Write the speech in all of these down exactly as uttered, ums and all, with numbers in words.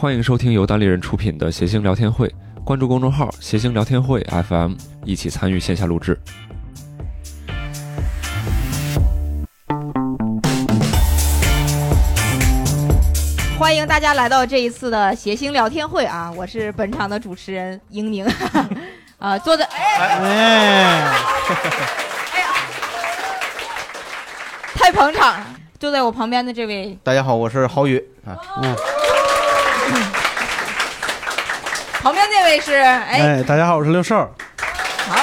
欢迎收听由单立人出品的谐星聊天会，关注公众号谐星聊天会 F M， 一起参与线下录制。 欢迎大家来到这一次的谐星聊天会啊！我是本场的主持人英宁，啊，坐在哎哎哎呀，太捧场了！坐在我旁边的这位， 大家好，我是郝宇啊。嗯。 旁边这位是哎哎，大家好，我是六兽。 好。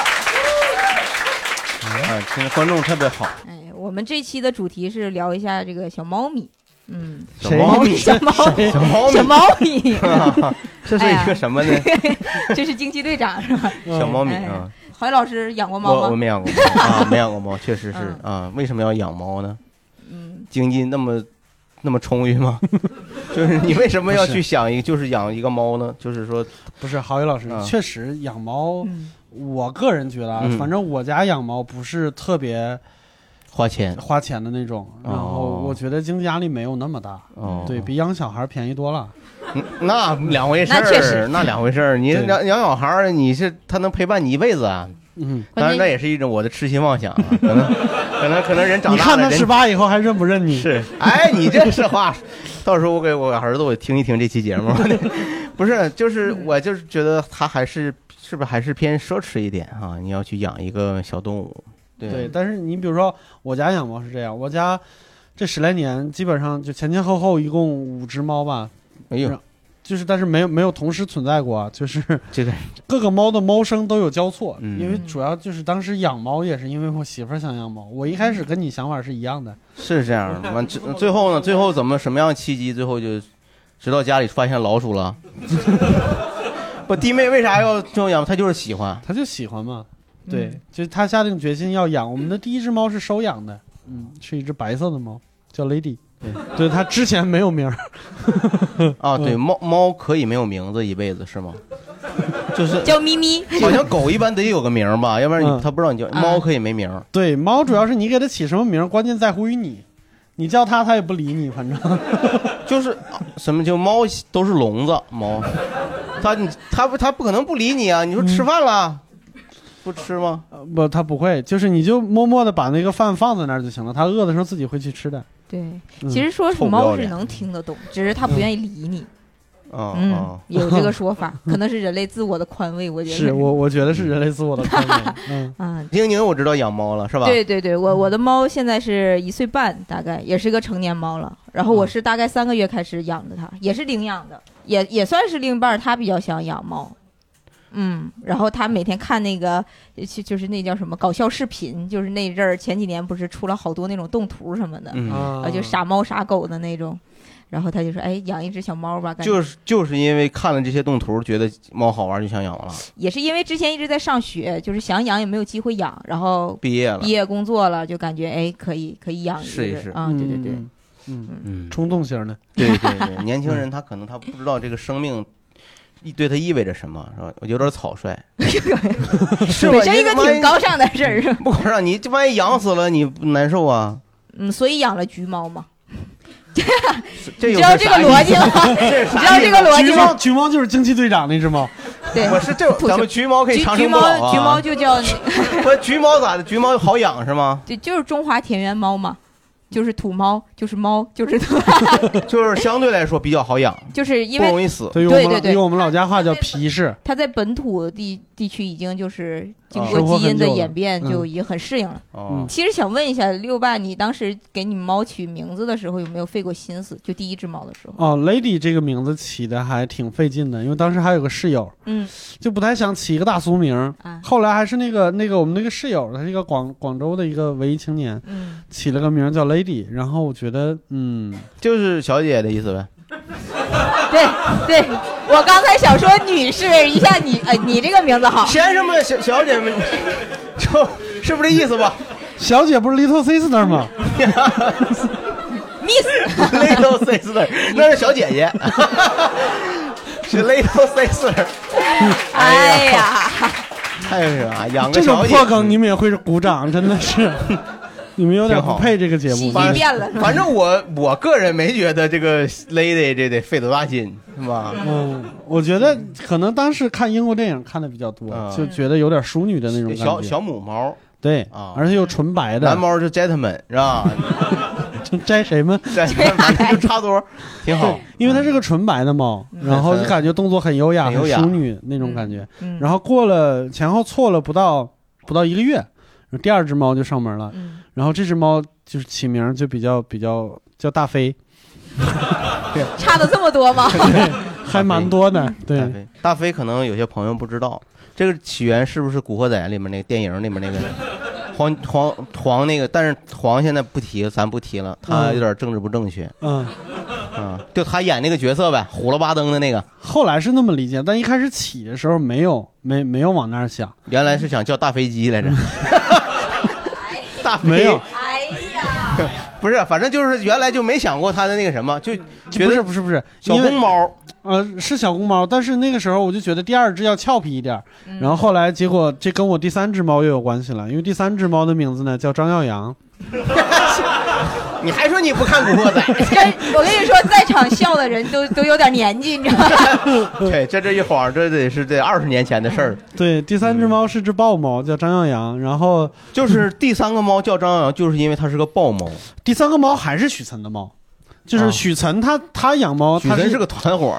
啊，今天观众特别好。 哎，我们这期的主题是聊一下这个小猫咪。嗯， 小猫咪， 小猫， 小猫咪， 小猫咪， 这是一个什么呢？ 哎、这是惊奇队长是吧？ 小猫咪啊。 郝宇老师养过猫吗？ 我我没养过猫啊，没养过猫，确实是、嗯、啊。为什么要养猫呢？嗯，经济那么那么充裕吗？就是你为什么要去想一个，就是养一个猫呢？就是说， 不是郝宇老师，嗯、确实养猫、嗯，我个人觉得啊、嗯，反正我家养猫不是特别。 花钱花钱的那种，然后我觉得经济压力没有那么大，哦、对比养小孩便宜多了。 嗯、那两回事儿，那两回事儿。你养养小孩，你是他能陪伴你一辈子啊。嗯，当然那也是一种我的痴心妄想啊。可能可能可能人长大了， 你看他十八以后还认不认你？ 是，哎，你这是话，到时候我给我儿子我听一听这期节目。不是，就是我就是觉得他还是是不是还是偏奢侈一点啊？你要去养一个小动物。对, 对，但是你比如说我家养猫是这样，我家这十来年基本上就前前后后一共五只猫吧， 哎呦， 就是但是没有没有同时存在过，就是这个各个猫的猫生都有交错、 嗯， 因为主要就是当时养猫也是因为我媳妇儿想养猫，我一开始跟你想法是一样的， 是这样的，完最后呢，最后怎么什么样的契机，最后就直到家里发现老鼠了，不，弟妹为啥要这样养？她就是喜欢， 她就喜欢嘛。对、嗯，就是他下定决心要养。我们的第一只猫是收养的，嗯，是一只白色的猫，叫 Lady。对，对，它之前没有名儿。 啊，对，猫猫可以没有名字一辈子是吗？就是叫咪咪， 好像狗一般得有个名吧，要不然你它不知道你叫。猫可以没名。 对，猫主要是你给它起什么名，关键在乎于你。你叫它，它也不理你，反正就是什么叫猫都是笼子猫，它它不它不可能不理你啊！你说吃饭了。嗯不吃吗？ 呃、不，他不会，就是你就默默的把那个饭放在那儿就行了，他饿的时候自己会去吃的。 对，嗯、其实说是猫是能听得懂，只是他不愿意理你。 嗯， 嗯哦、 有这个说法，可能是人类自我的宽慰，我觉得是我我觉得是人类自我的宽慰。嗯啊， 宁宁我知道养猫了是吧？ 对对对，我我的猫现在是一岁半，大概也是个成年猫了。然后我是大概三个月开始养的它，也是领养的，也也算是另一半，他比较想养猫。嗯，然后他每天看那个，就是那叫什么搞笑视频，就是那阵儿前几年不是出了好多那种动图什么的， 嗯、 啊，就傻猫傻狗的那种，然后他就说，哎，养一只小猫吧。 就是就是因为看了这些动图，觉得猫好玩就想养了。 也是因为之前一直在上学，就是想养也没有机会养，然后毕业了， 毕业工作了，就感觉哎可以可以养一试一试啊，对对对， 嗯嗯，冲动型的， 对对对，年轻人他可能他不知道这个生命。对它意味着什么是吧？我有点草率， 是本身一个挺高尚的事儿，是不高尚。你这万一养死了，你不难受啊？ 嗯，所以养了橘猫嘛。 这你知道这个逻辑吗？你知道这个逻辑吗？ 橘猫，橘猫就是惊奇队长那只猫。 对， 我是这，咱们橘猫可以长生不老啊。 橘猫就叫， 不，橘猫咋的？橘猫好养是吗？ 对，就是中华田园猫嘛。就是土猫，就是猫，就是就是相对来说比较好养， 就是因为不容易死。 对对对，用我们老家话叫皮实。 它在本土地地区已经就是经过基因的演变，就已经很适应了。 哦， 其实想问一下六爸，你当时给你猫取名字的时候有没有费过心思？就第一只猫的时候。 哦 ，Lady 这个名字起的还挺费劲的，因为当时还有个室友， 嗯， 就不太想起一个大俗名。 啊、 后来还是那个那个我们那个室友，他是一个广广州的一个文艺青年， 嗯， 起了个名叫 Lady， 然后我觉得，嗯， 就是小姐的意思呗。 对对，我刚才想说女士一下你，呃，你这个名字好。 先生们、小小姐们，就是不是这意思吧？ 小姐不是 Little Sister 吗 ？Miss Little Sister， 那是小姐姐，是 Little Sister。 哎呀， 太是啊，养个这小姐种破梗你们也会是鼓掌，真的是。 你们有点不配这个节目。 喜剧变了， 反正我我个人没觉得这个 lady 这得费多大劲，是吧？ 嗯，我觉得可能当时看英国电影看的比较多， 嗯、 就觉得有点淑女的那种感觉。 小小母猫， 对啊， 而且又纯白的。 蓝猫是 gentleman 是吧？ 就摘谁们？ 摘反正就差不多，挺好。 因为它是个纯白的猫， 嗯、 然后就感觉动作很优雅、 很优雅很淑女那种感觉。 嗯、 然后过了前后错了不到不到一个月，第二只猫就上门了。 嗯、 然后这只猫就是起名就比较比较叫大飞。 对，差的这么多吗？ 对，还蛮多的。对， 大飞，大飞可能有些朋友不知道，这个起源是不是《古惑仔》里面那个电影里面那个黄黄黄那个？但是黄现在不提，咱不提了，他有点政治不正确。 嗯。 嗯，就他演那个角色呗，虎了吧登的那个。 后来是那么理解，但一开始起的时候没有没没有往那儿想， 原来是想叫大飞机来着。大飞没有。 哎呀， 不是，反正就是原来就没想过他的那个什么，就觉得不是不是不是小公猫， 呃，是小公猫，但是那个时候我就觉得第二只要俏皮一点，嗯、然后后来结果这跟我第三只猫又有关系了，因为第三只猫的名字呢叫张耀扬。 你还说你不看《古惑仔》？ 我跟你说，在场笑的人都都有点年纪，你知道吗？ 对，这这一晃，这得是这二十年前的事儿。 对，第三只猫是只豹猫，叫张耀扬，然后就是第三个猫叫张耀扬，就是因为它是个豹猫。 第三个猫还是许岑的猫，就是许岑他、啊、他养猫， 许岑是个团伙。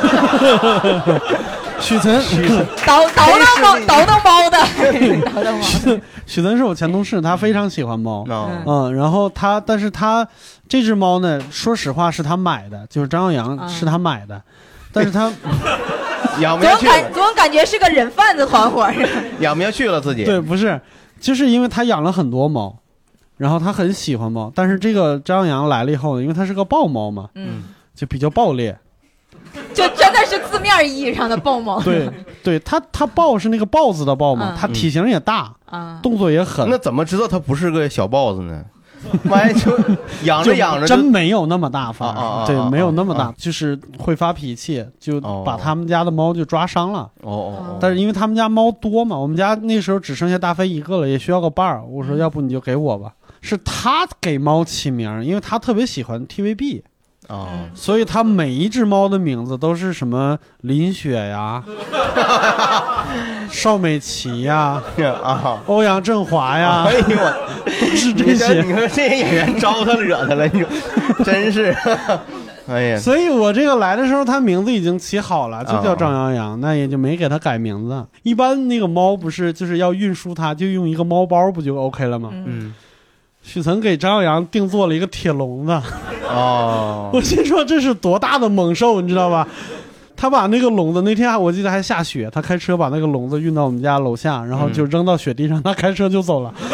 许岑， 倒倒腾猫，倒腾猫的，倒腾猫。 许岑是我前同事，他非常喜欢猫， 嗯, 嗯，然后他，但是他这只猫呢，说实话是他买的，就是张耀扬是他买的，嗯、但是他养不下去了， 总感总感觉是个人贩子团伙， 养不下去了自己。 对，不是，就是因为他养了很多猫，然后他很喜欢猫，但是这个张耀扬来了以后呢，因为他是个豹猫嘛， 嗯， 就比较暴烈。 就真的是字面意义上的豹猫。 对，对，它它豹是那个豹子的豹嘛，它、嗯、体型也大， 嗯、 动作也狠。 那怎么知道它不是个小豹子呢？万一就养着养着真没有那么大发， 啊啊、 对， 啊、 没有那么大， 啊、 就是会发脾气，就把他们家的猫就抓伤了。 哦哦。 但是因为他们家猫多嘛，我们家那时候只剩下大飞一个了，也需要个伴儿。我说要不你就给我吧。是他给猫起名，因为他特别喜欢 T V B。 哦， 所以他每一只猫的名字都是什么林雪呀、邵美琪呀、 啊、 欧阳震华呀， 哎呦我， 都是这些。 你说这些演员招他惹他了，你说真是，哎呀！ 所以我这个来的时候，他名字已经起好了，就叫张阳阳，哦、那也就没给他改名字。一般那个猫不是就是要运输它，就用一个猫包不就 OK 了吗？ 嗯。 许岑给张耀扬定做了一个铁笼子， 哦， 我心说这是多大的猛兽，你知道吧？他把那个笼子，那天我记得还下雪，他开车把那个笼子运到我们家楼下，然后就扔到雪地上，他开车就走了。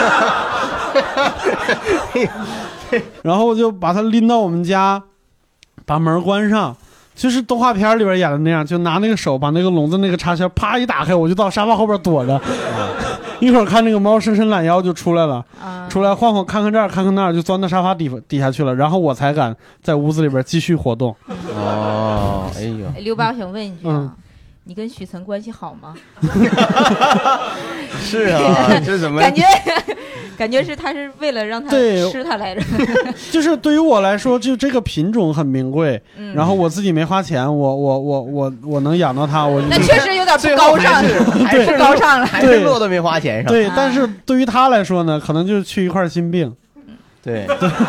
然后我就把他拎到我们家，把门关上，就是动画片里边演的那样，就拿那个手把那个笼子那个插销啪一打开，我就到沙发后边躲着。一会儿看那个猫伸伸懒腰就出来了，啊、出来晃晃看看这儿看看那儿，就钻到沙发底底下去了，然后我才敢在屋子里边继续活动。 哦，哎呦， 刘爸，我想问一句啊，嗯、你跟许岑关系好吗？ 是啊，这怎么感觉感觉是他是为了让他吃它来着？ 就是对于我来说，就这个品种很名贵，嗯、然后我自己没花钱，我我我我我能养到它，我那确实有点不高尚， 还是不高尚了， 还是落到没花钱上。 对，但是对于他来说呢，可能就是去一块心病。 对，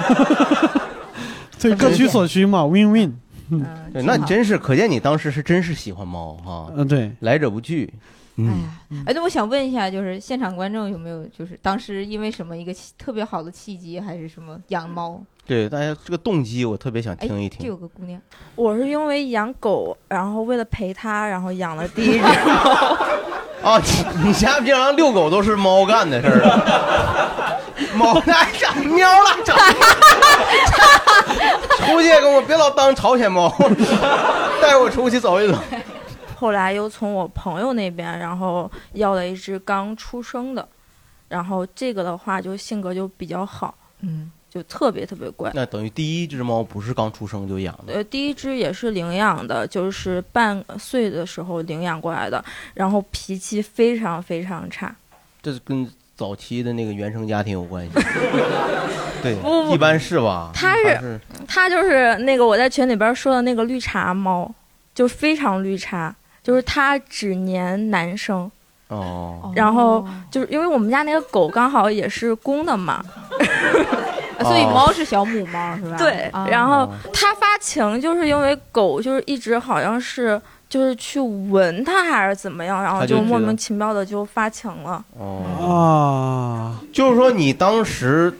对，各取所需嘛 ，win win。 嗯，对，那你真是，可见你当时是真是喜欢猫哈。 嗯，对， 来者不拒。 哎呀，哎，那我想问一下，就是现场观众有没有，就是当时因为什么一个特别好的契机，还是什么养猫？ 对，大家这个动机我特别想听一听。 这有个姑娘， 我是因为养狗，然后为了陪它，然后养了第一只猫。 啊，你你家平常遛狗都是猫干的事儿啊？猫来长喵了，长。出去跟我别老当朝鲜猫，带我出去走一走。 后来又从我朋友那边，然后要了一只刚出生的，然后这个的话就性格就比较好，嗯，就特别特别乖。 那等于第一只猫不是刚出生就养的？ 呃，第一只也是领养的，就是半岁的时候领养过来的，然后脾气非常非常差。 这跟早期的那个原生家庭有关系。对， 不不一般是吧？ 它是是它就是那个我在群里边说的那个绿茶猫，就非常绿茶，就是它只粘男生。 哦， 然后就是因为我们家那个狗刚好也是公的嘛， 所以猫是小母猫是吧？ 对， 啊然后它发情就是因为狗就是一直好像是就是去闻它还是怎么样，然后就莫名其妙的就发情了。 哦，啊，就是说你当时。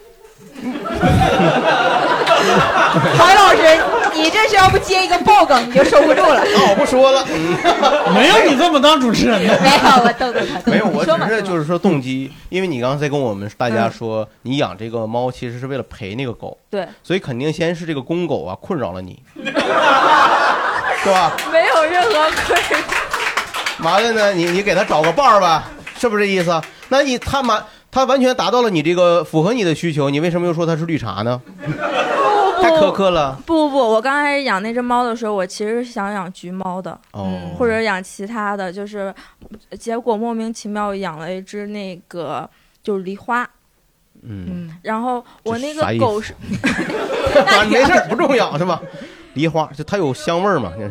黄老师，你这是要不接一个爆梗你就收不住了。 那我不说了， 没有你这么当主持人的。 没有，我逗逗他。 没有，我只是就是说动机，因为你刚才跟我们大家说，你养这个猫其实是为了陪那个狗， 对， 所以肯定先是这个公狗啊困扰了你，是吧？ 没有任何困扰。 完了呢，你你给它找个伴儿吧，是不是这意思？那你他妈。它完全达到了你这个符合你的需求，你为什么又说它是绿茶呢？太苛刻了。 不不不，我刚开始养那只猫的时候，我其实是想养橘猫的， 哦， 或者养其他的，就是结果莫名其妙养了一只那个就是梨花。 嗯， 然后我那个狗是， 没事不重要是吧？梨花就它有香味儿嘛，就是。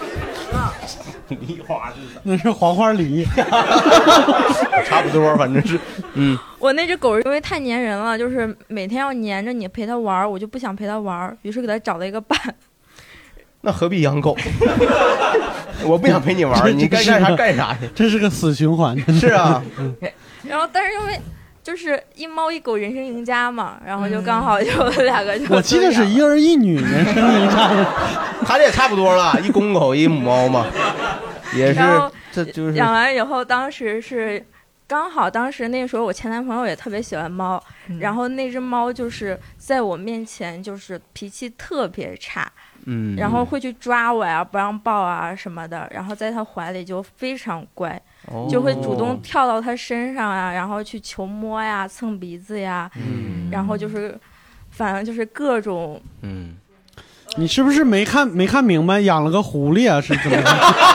梨花那是黄花梨， 差不多，反正是，嗯。 我那只狗因为太粘人了，就是每天要粘着你陪它玩，我就不想陪它玩，于是给它找了一个伴。 那何必养狗？我不想陪你玩，你该干啥干啥去。 这是个死循环。 是啊。 然后，但是因为。就是一猫一狗人生赢家嘛，然后就刚好就两个就。 我记得是一儿一女人生赢家， 他这也差不多了，一公狗一母猫嘛，也是。这就是养完以后，当时是刚好，当时那时候我前男朋友也特别喜欢猫，嗯、然后那只猫就是在我面前就是脾气特别差，嗯，然后会去抓我呀，不让抱啊什么的，然后在他怀里就非常乖。就会主动跳到他身上呀、啊，然后去求摸呀、蹭鼻子呀，嗯，然后就是，反正就是各种， 嗯， 你是不是没看没看明白，养了个狐狸啊？是怎么样？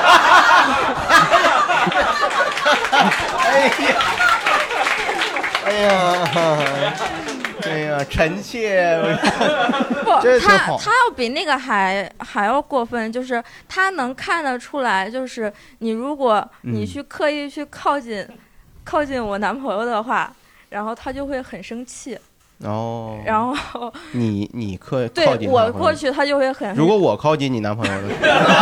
哎呀，哎呀，哎呀，臣妾， 不，他他要比那个还还要过分，就是他能看得出来，就是你如果你去刻意去靠近、嗯、靠近我男朋友的话，然后他就会很生气。 哦， 然后你你靠对靠近我过去，他就会很。 如果我靠近你男朋友呢？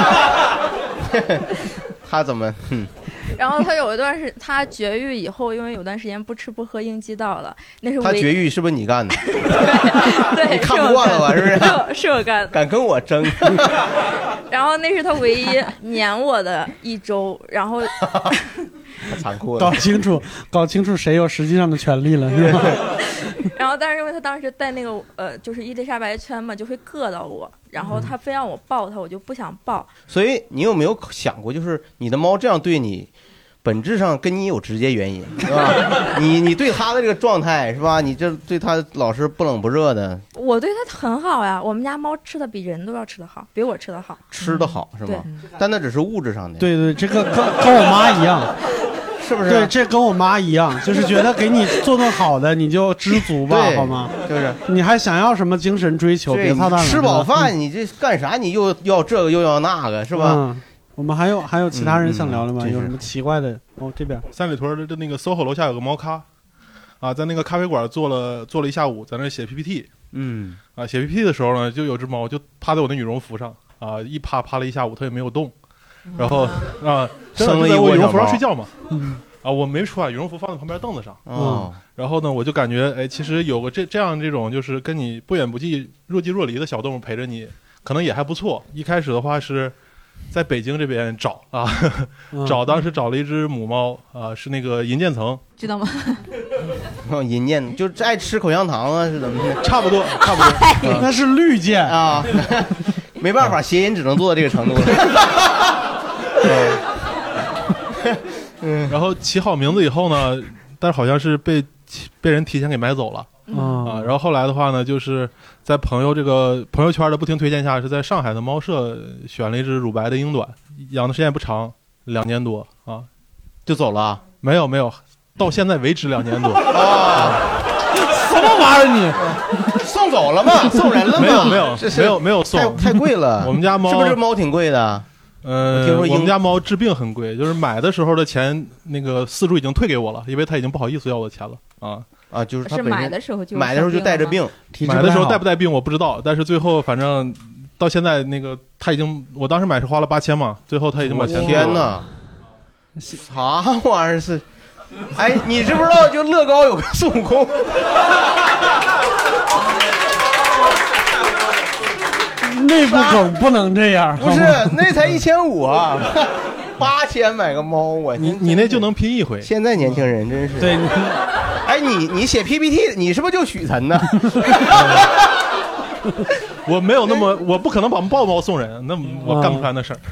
他怎么？嗯。 然后他有一段是他绝育以后，因为有段时间不吃不喝应激到了，那是他绝育是不是你干的？ 对， 你看不惯了吧？是不是？ 是我干的。 敢跟我争？ 然后那是他唯一撵我的一周，然后残酷了。 搞清楚，搞清楚谁有实际上的权利了，是吧？ 然后，但是因为他当时戴那个呃，就是伊丽莎白圈嘛，就会硌到我。然后他非让我抱他，我就不想抱。 所以你有没有想过，就是你的猫这样对你，本质上跟你有直接原因，是吧？你你对它的这个状态是吧？你这对它老是不冷不热的。 我对它很好呀，我们家猫吃的比人都要吃的好，比我吃的好。 吃的好是吗？但那只是物质上的。 对对，这个跟跟我妈一样。 是不是？ 对，这跟我妈一样，就是觉得给你做顿好的，你就知足吧，好吗？ 就是你还想要什么精神追求？别操蛋了。 吃饱饭，你这干啥？你又要这个又要那个，是吧？ 嗯。我们还有还有其他人想聊的吗？有什么奇怪的？哦，这边三里屯的那个 S O H O 楼下有个猫咖，啊，在那个咖啡馆坐了坐了一下午，在那写 P P T。 嗯。 啊，写 P P T 的时候呢，就有只猫就趴在我的羽绒服上，啊，一趴趴了一下午，它也没有动。然后啊， 生了一我羽绒服上睡觉嘛。 嗯。 啊，我没出来，羽绒服放在旁边凳子上。 哦。 然后呢，我就感觉，哎，其实有个这这样这种就是跟你不远不近、若即若离的小动物陪着你，可能也还不错。一开始的话是在北京这边找啊，嗯、找当时找了一只母猫啊，是那个银渐层， 知道吗？ 哦，银渐就爱吃口香糖啊，是怎么的？ 差不多，差不多， 嗯、那是绿箭啊，没办法，谐音只能做到这个程度了。 嗯，然后起好名字以后呢，但是好像是被被人提前给买走了、 嗯、 啊。然后后来的话呢，就是在朋友这个朋友圈的不停推荐下，是在上海的猫舍选了一只乳白的英短，养的时间也不长，两年多啊， 就走了？ 没有没有， 到现在为止两年多。 啊， 什么玩意儿你？ 送走了吗？送人了吗？ 没有没有这是没有没有送， 太太贵了。 我们家猫是不是猫挺贵的？ 呃， 听说我们家猫治病很贵，就是买的时候的钱，那个饲主已经退给我了，因为他已经不好意思要我的钱了啊啊，就是他是买的时候就买的时候就带着病， 买的时候带不带病我不知道，但是最后反正到现在那个他已经，我当时买是花了八千嘛，最后他已经把钱退了。 天哪，啥玩意儿是？哎，你知不知道就乐高有个孙悟空？ 内部梗不能这样， 不是，那才一千五啊，八千买个猫，我你你那就能拼一回。 现在年轻人真是对， 哎，你你写 P P T， 你是不是就许晨呢？ 我没有那么，我不可能把豹猫送人，那我干不出来那事儿。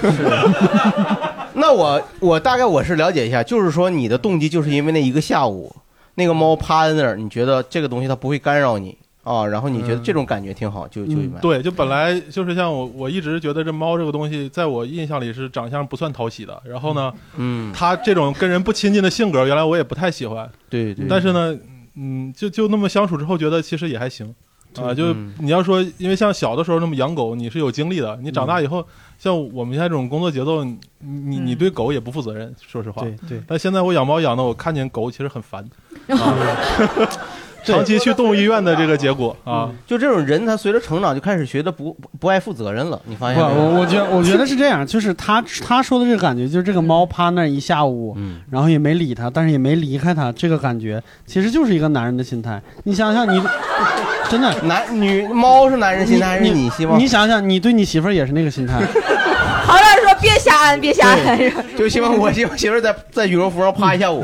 那我我大概我是了解一下，就是说你的动机就是因为那一个下午，那个猫趴在那儿，你觉得这个东西它不会干扰你。啊，然后你觉得这种感觉挺好，就就买。 对，就本来就是像我，我一直觉得这猫这个东西，在我印象里是长相不算讨喜的。然后呢，嗯，它这种跟人不亲近的性格，原来我也不太喜欢。 对对。 但是呢，嗯，就就那么相处之后，觉得其实也还行。啊，就你要说，因为像小的时候那么养狗，你是有经历的。你长大以后，像我们现在这种工作节奏，你你你对狗也不负责任，说实话。 对对。 但现在我养猫养的，我看见狗其实很烦。啊长期去动物医院的这个结果啊， 就这种人，他随着成长就开始学的不不爱负责任了。你发现没有？ 我我觉得我觉得是这样，就是他他说的这个感觉，就是这个猫趴那一下午，嗯，然后也没理他，但是也没离开他，这个感觉其实就是一个男人的心态。你想想你，真的男女猫是男人心态还是你希望？ 你想想，你对你媳妇儿也是那个心态。 好点说，别瞎安，别瞎安， 就希望我媳妇媳妇在在羽绒服上趴一下午。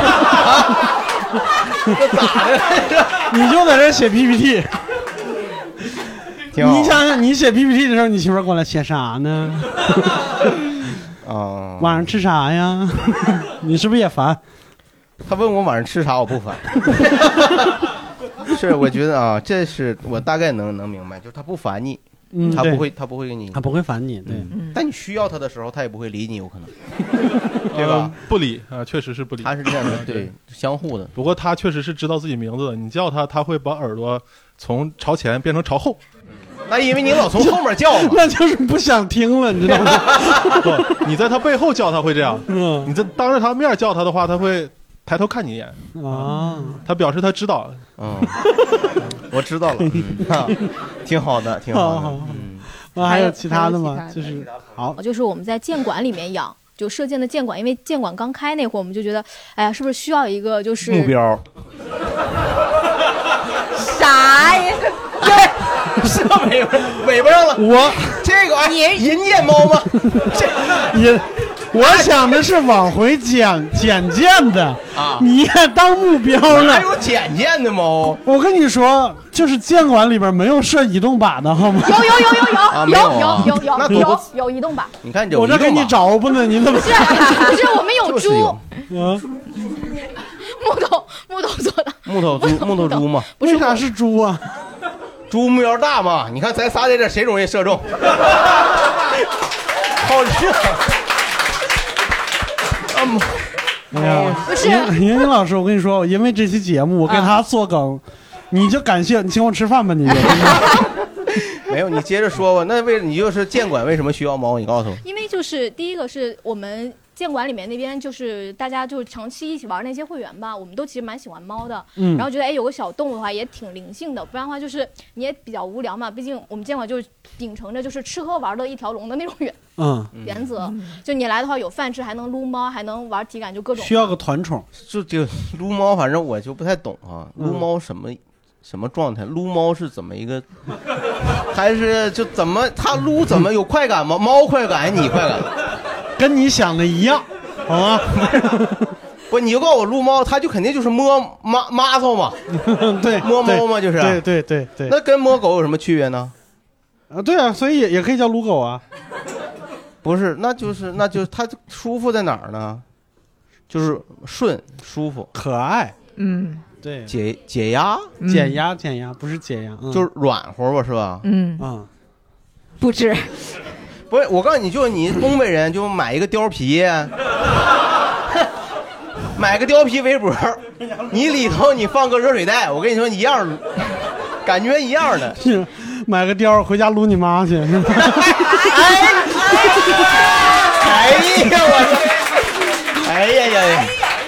这咋的？ 你就在这写 P P T， 你想想，你写 P P T 的时候，你媳妇过来写啥呢？ 啊， 晚上吃啥呀？你是不是也烦？ 他问我晚上吃啥，我不烦。是，我觉得啊，这是我大概能能明白，就是他不烦你。 嗯， 他不会，他不会给你， 他不会烦你，对。 嗯、但你需要他的时候，他也不会理你，有可能，对吧？ 呃、不理啊，确实是不理。 他是这样的，对，相互的。 不过他确实是知道自己名字的，你叫他，他会把耳朵从朝前变成朝后。 那因为你老从后面叫嘛， 那就是不想听了，你知道吗？ 不，你在他背后叫他会这样，嗯，你在当着他面叫他的话，他会抬头看你一眼啊，他表示他知道， 嗯。我知道了，嗯啊、挺好的，挺好的。好好嗯，那还有其他的吗？就是好， 就是我们在建馆里面养，就射箭的箭馆，因为箭馆刚开那会儿，我们就觉得，哎呀，是不是需要一个就是目标？ 啥呀？ 射尾巴尾巴上了。 我这个哎，银箭猫吗？ 这银。我想的是往回捡捡箭的啊，你也当目标了？ 哪有捡箭的猫？ 我跟你说，就是箭馆里边没有设移动靶的，好吗？ 有有有有有、 啊、 有有有有有有有移动靶。 你看我这给你找不呢，你怎么？ 不是不是，我们有猪， 有嗯， 木头木头做的。 木头猪木头猪嘛？ 为啥是猪啊？ 猪目标大嘛？你看咱仨在这，谁容易射中？好热。 哎呀， 不是莹莹老师，我跟你说，因为这期节目我给他做梗，啊、你就感谢你请我吃饭吧，你就。 没有，你接着说吧。那为你就是建馆为什么需要猫？你告诉我。 因为就是第一个是我们建馆里面那边就是大家就是长期一起玩那些会员吧，我们都其实蛮喜欢猫的，嗯，然后觉得哎有个小动物的话也挺灵性的，不然的话就是你也比较无聊嘛，毕竟我们建馆就是秉承着就是吃喝玩乐一条龙的那种原嗯原则，就你来的话有饭吃，还能撸猫，还能玩体感，就各种。 需要个团宠， 就就撸猫，反正我就不太懂啊，撸猫什么？嗯什么状态？撸猫是怎么一个？还是就怎么他撸怎么有快感吗？猫快感还是你快感？ 跟你想的一样，好吗？ 不，你就告诉我撸猫，他就肯定就是摸妈妈骚嘛， 对， 摸猫嘛，就是。 对对对对。 那跟摸狗有什么区别呢？ 啊，对啊，所以也也可以叫撸狗啊。 不是，那就是那就它舒服在哪儿呢？就是顺舒服可爱， 嗯。 对， 解解压， 减压，减压不是解压， 嗯、就是软和吧，是吧？ 嗯嗯， 不止， 不是，我告诉你，就你东北人就买一个貂皮， 买个貂皮围脖，你里头你放个热水袋，我跟你说一样，感觉一样的。 是，买个貂回家撸你妈去，是吧？ 哎哎呀我，哎呀呀呀！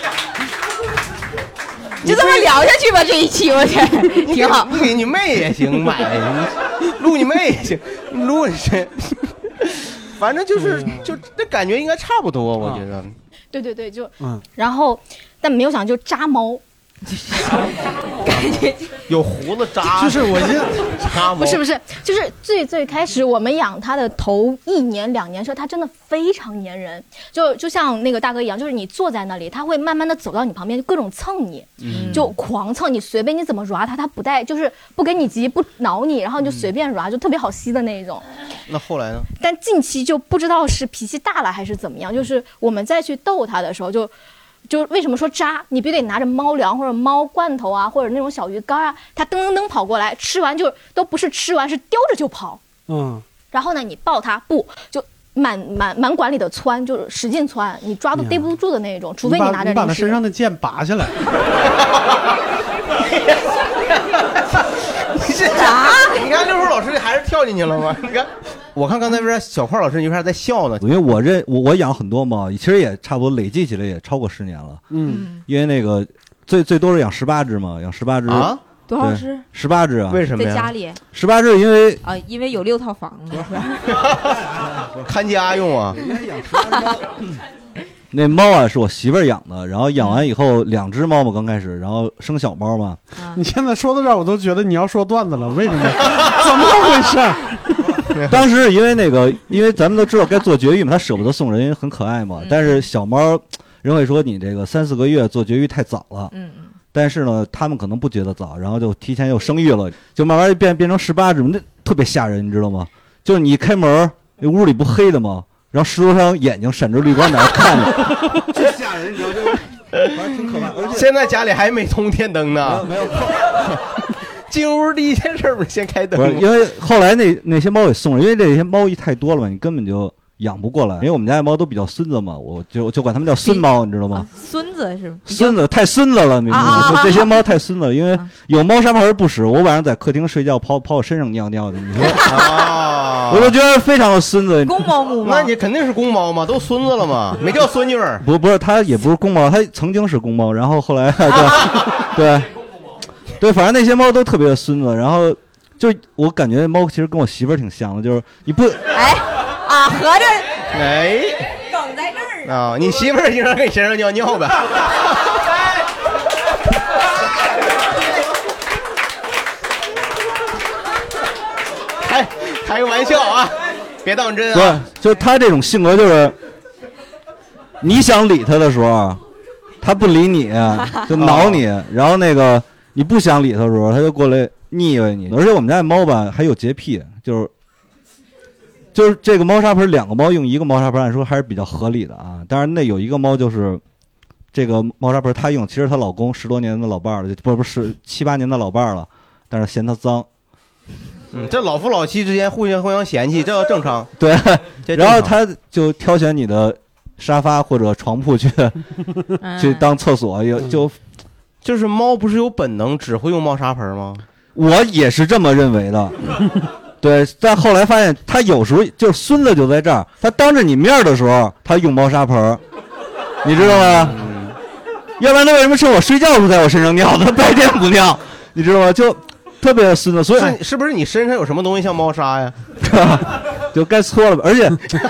就这么聊下去吧，这一期我天，挺好。 你给你妹也行，买撸你妹也行，撸你这，反正就是就这感觉应该差不多，我觉得。 对对对，就嗯，然后但没有想就扎猫。 感觉有胡子扎， 就是我这扎不是不是，就是最最开始我们养它的头一年两年时候，它真的非常粘人，就就像那个大哥一样，就是你坐在那里，它会慢慢的走到你旁边，就各种蹭你，嗯、就狂蹭你，随便你怎么抓它，它不带就是不给你急，不挠你，然后你就随便抓，就特别好吸的那一种。 那后来呢？ 但近期就不知道是脾气大了还是怎么样，就是我们再去逗它的时候就。就为什么说扎？你必须得拿着猫粮或者猫罐头啊，或者那种小鱼干啊，它噔噔噔跑过来，吃完就都不是吃完，是叼着就跑。嗯。然后呢，你抱它不就满满满管里的窜，就是使劲窜，你抓都逮不住的那种，除非你拿着零食。 你把它身上的剑拔下来。 你这啥？你看六叔老师还是跳进去了吗？你看。我看刚才不是小块老师，你还在笑呢。 因为我认我我养很多猫，其实也差不多累计起来也超过十年了。嗯，因为那个最最多是养十八只嘛，养十八只啊，多少只？ 十八只啊？ 为什么呀？在家里十八只，因为啊，因为有六套房子， 看家用啊。 养十八只猫。那猫啊是我媳妇儿养的，然后养完以后两只猫嘛，刚开始，然后生小猫嘛。 啊、你现在说到这儿，我都觉得你要说段子了，为什么？怎么回事？ 当时因为那个，因为咱们都知道该做绝育嘛，他舍不得送人，因为很可爱嘛。但是小猫，人会说你这个三四个月做绝育太早了。嗯嗯。但是呢，他们可能不觉得早，然后就提前又生育了，就慢慢变变成十八只，那特别吓人，你知道吗？就是你一开门，那屋里不黑的吗？然后十多双眼睛闪着绿光在那看着， 这吓人，你知道就反正挺可怕。而且现在家里还没通电灯呢，没有。进屋第一件事不是先开灯吗？ 因为后来那那些猫给送了，因为这些猫一太多了嘛，你根本就养不过来。因为我们家的猫都比较孙子嘛，我就就管它们叫孙猫，你知道吗？ 啊、孙子是孙子太孙子了，明白吗？就这些猫太孙子了，因为有猫砂盆不使，我晚上在客厅睡觉跑跑我身上尿尿的，你说啊，我就觉得非常的孙子。 公猫母猫？ 那你肯定是公猫嘛，都孙子了嘛，没叫孙女儿。 不不是，它也不是公猫，它曾经是公猫，然后后来对、啊、对。对，反正那些猫都特别的孙子，然后就我感觉猫其实跟我媳妇儿挺像的，就是你不哎啊合着哎梗在这儿啊，你媳妇儿经常跟你身上尿尿呗。开开个玩笑啊，别当真啊。 不，就他这种性格，就是你想理他的时候，他不理你，就挠你，然后那个。你不想理它的时候，它就过来腻歪你。而且我们家的猫吧还有洁癖，就是就是这个猫砂盆两个猫用一个猫砂盆，按说还是比较合理的啊。当然那有一个猫就是这个猫砂盆她用，其实她老公十多年的老伴儿了，不不是七八年的老伴儿了，但是嫌它脏。 嗯，这老夫老妻之间互相互相嫌弃，这要正常。 对，然后他就挑选你的沙发或者床铺去去当厕所，有就。 就是猫不是有本能只会用猫砂盆吗？ 我也是这么认为的。对，但后来发现他有时候就是孙子就在这儿，他当着你面的时候他用猫砂盆，你知道吗？嗯、要不然他为什么趁我睡觉不在我身上尿，他白天不尿，你知道吗？就特别的孙子。所以是是不是你身上有什么东西像猫砂呀？ 就该搓了吧，而且。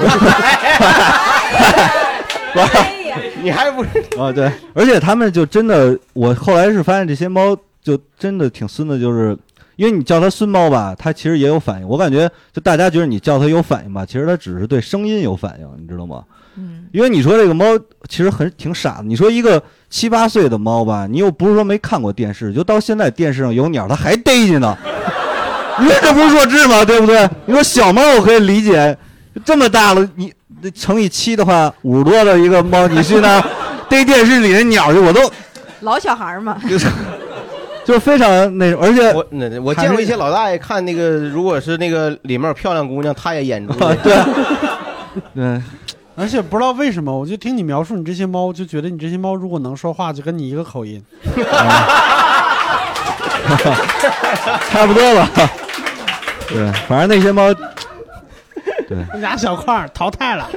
你还不是啊？对，而且他们就真的，我后来是发现这些猫就真的挺孙的，就是因为你叫它孙猫吧，它其实也有反应。我感觉就大家觉得你叫它有反应吧，其实它只是对声音有反应，你知道吗？嗯，因为你说这个猫其实很挺傻的。你说一个七八岁的猫吧，你又不是说没看过电视，就到现在电视上有鸟它还逮着呢，你说这不是弱智吗？对不对？你说小猫我可以理解，这么大了你。乘以七的话，五十多的一个猫，你去呢逮电视里的鸟去，我都老小孩嘛， 就是就是非常那种，而且我那我见过一些老大爷看那个，如果是那个里面有漂亮姑娘，他也眼珠、 啊，对对， 而且不知道为什么，我就听你描述你这些猫，就觉得你这些猫如果能说话，就跟你一个口音。 差不多吧。对，反正那些猫，对， 我家小块淘汰了。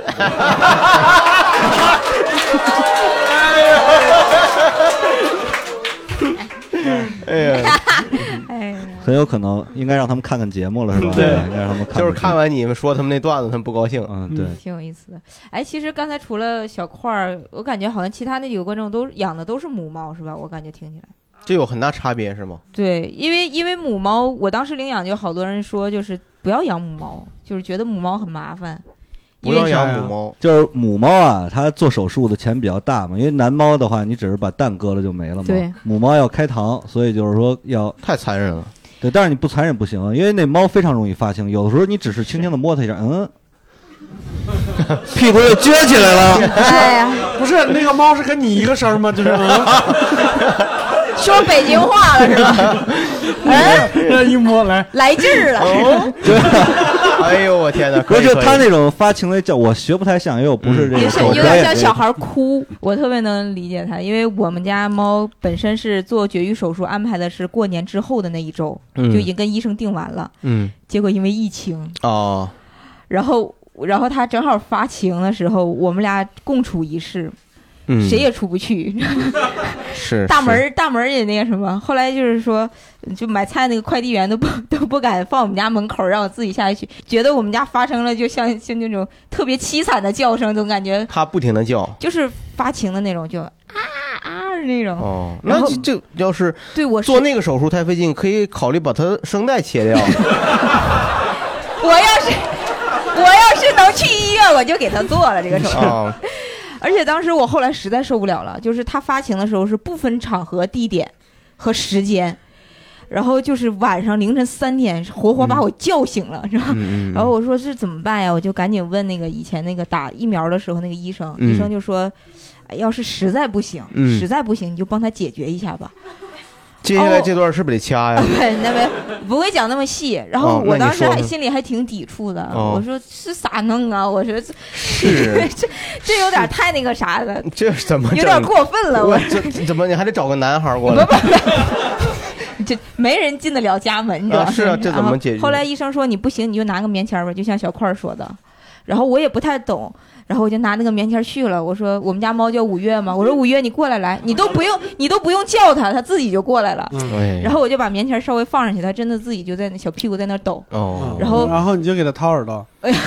哎呀， 哎， 很有可能应该让他们看看节目了，是吧？ 对， 应该让他们看。 就是看完你们说他们那段子，他们不高兴。 嗯，对， 挺有意思的。哎，其实刚才除了小块儿，我感觉好像其他那几个观众都养的都是母猫，是吧？我感觉听起来。 这有很大差别是吗？ 对，因为因为母猫，我当时领养就好多人说，就是不要养母猫，就是觉得母猫很麻烦。 不要养母猫， 就是母猫啊，它做手术的钱比较大嘛，因为男猫的话，你只是把蛋割了就没了嘛。 对， 母猫要开膛，所以就是说要太残忍了。 对，但是你不残忍不行，因为那猫非常容易发情，有的时候你只是轻轻的摸它一下，嗯。屁股又撅起来了。 哎呀， 不是那个猫是跟你一个声吗？就是、嗯、 说北京话了是吧？ 嗯，一摸来来劲儿了。 哦，哎呦我天哪！ 可是它那种发情的叫，我学不太像，因为我不是这个、 嗯，有点像小孩哭。我特别能理解它，因为我们家猫本身是做绝育手术安排的是过年之后的那一周，嗯、就已经跟医生定完了。嗯，结果因为疫情哦， 然后。然后他正好发情的时候，我们俩共处一室，嗯、谁也出不去， 是大门大门也那个什么。后来就是说，就买菜那个快递员都不都不敢放我们家门口，让我自己下去，觉得我们家发生了就像像那种特别凄惨的叫声，总感觉他不停的叫， 就是发情的那种，就啊啊那种。 哦，那这要是对我做那个手术太费劲，可以考虑把他声带切掉。 我要是。我要是能去医院，我就给他做了这个手术。哦、而且当时我后来实在受不了了，就是他发情的时候是不分场合、地点和时间，然后就是晚上凌晨三点，活活把我叫醒了，是吧？嗯、然后我说这怎么办呀？我就赶紧问那个以前那个打疫苗的时候那个医生，嗯、医生就说，哎，要是实在不行，嗯、实在不行你就帮他解决一下吧。 接下来这段是不是得掐呀？ 对，那边不会讲那么细。然后我当时还心里还挺抵触的， 哦、 我说是咋弄啊？我说这是这这有点太那个啥了， 这怎么有点过分了？ 我这怎么你还得找个男孩过来？ 不不不，这没人进得了家门，你知道吗？ 是啊，这怎么解决？ 后来医生说你不行，你就拿个棉签吧，就像小块说的。然后我也不太懂。然后我就拿那个棉签去了，我说我们家猫叫五月嘛，我说五月你过来来，你都不用你都不用叫它，它自己就过来了。嗯、然后我就把棉签稍微放上去，它真的自己就在那小屁股在那抖。哦。然后然后你就给它掏耳朵。 哎呀，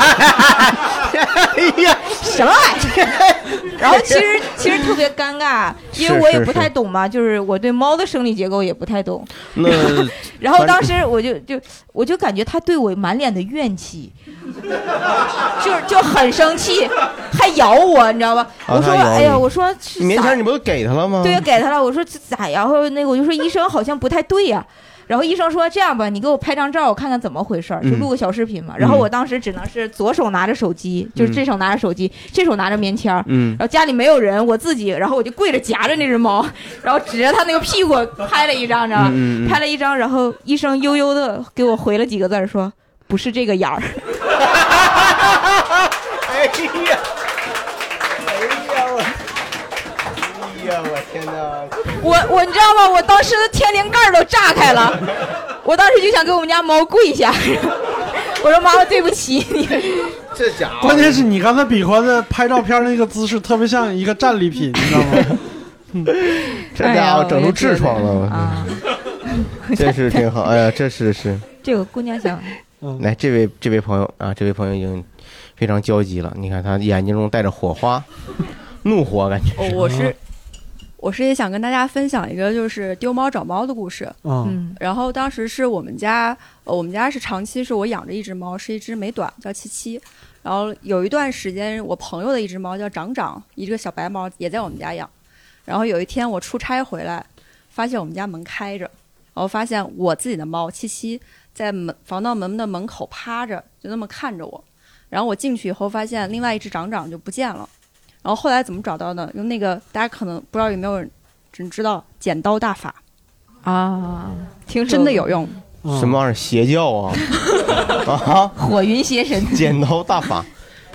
什么玩意儿？然后其实其实特别尴尬，因为我也不太懂嘛，就是我对猫的生理结构也不太懂。 那然后当时我就就我就感觉它对我满脸的怨气。就就很生气，还咬我，你知道吧？啊、我说，哎呀，我说你棉签你不都给他了吗？ 对呀，给他了。我说这咋呀？然后那个我就说医生好像不太对呀。然后医生说这样吧，你给我拍张照，我看看怎么回事，就录个小视频嘛。嗯、然后我当时只能是左手拿着手机，嗯、就是这手拿着手机，这手拿着棉签，嗯，然后家里没有人，我自己，然后我就跪着夹着那只猫，然后指着他那个屁股拍了一张，知道吧？嗯嗯、拍了一张，然后医生悠悠的给我回了几个字说。不是这个眼儿。 哎呀，哎呀我，哎呀我天哪！ 我我你知道吗？我当时的天灵盖都炸开了，我当时就想给我们家猫跪下，我说妈妈对不起你。 这家伙， 关键是你刚才比划的拍照片那个姿势，特别像一个战利品，你知道吗？ 这家伙整出痔疮了，啊！这是挺好，哎呀，这是是。 这个姑娘想。 嗯、来，这位这位朋友啊，这位朋友已经非常焦急了。你看他眼睛中带着火花，怒火感觉是。 哦，我是我是也想跟大家分享一个就是丢猫找猫的故事。嗯，然后当时是我们家，呃，我们家是长期是我养着一只猫，是一只美短，叫七七。然后有一段时间，我朋友的一只猫叫长长，一个小白猫也在我们家养。然后有一天我出差回来，发现我们家门开着，然后发现我自己的猫七七。在门防盗门的门口趴着，就那么看着我。然后我进去以后，发现另外一只长长就不见了。然后后来怎么找到呢？用那个大家可能不知道有没有人只知道剪刀大法啊，听真的有用。 什么玩意儿？邪教啊？啊！ 火云邪神。 剪刀大法。 不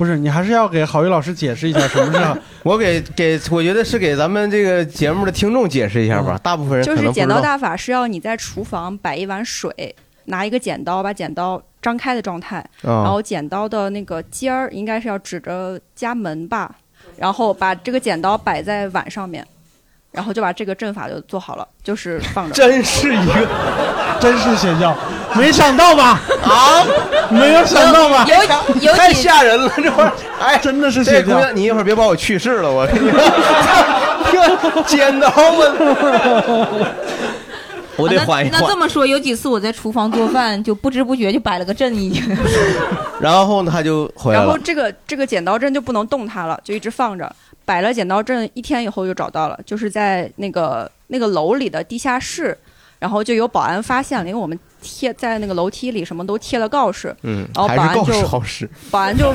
不是，你还是要给郝宇老师解释一下什么是。 我给给，我觉得是给咱们这个节目的听众解释一下吧。嗯、大部分人可能不知道。 就是剪刀大法是要你在厨房摆一碗水，拿一个剪刀，把剪刀张开的状态，哦、然后剪刀的那个尖儿应该是要指着家门吧，然后把这个剪刀摆在碗上面。然后就把这个阵法就做好了，就是放着。 真是一个， 真是邪教，没想到吧？啊，没有想到吧？ 有有太吓人了，这玩意儿！哎， 真的是邪教。 你一会儿别把我去世了，我跟你说，剪刀吗？我得缓一缓、 啊、那, 那这么说，有几次我在厨房做饭，就不知不觉就摆了个阵已经。 然后呢，他就回来了。 然后这个这个剪刀阵就不能动它了，就一直放着。摆了剪刀阵一天以后就找到了，就是在那个那个楼里的地下室，然后就有保安发现了，因为我们贴在那个楼梯里什么都贴了告示， 嗯， 然后保安就告示， 保安就，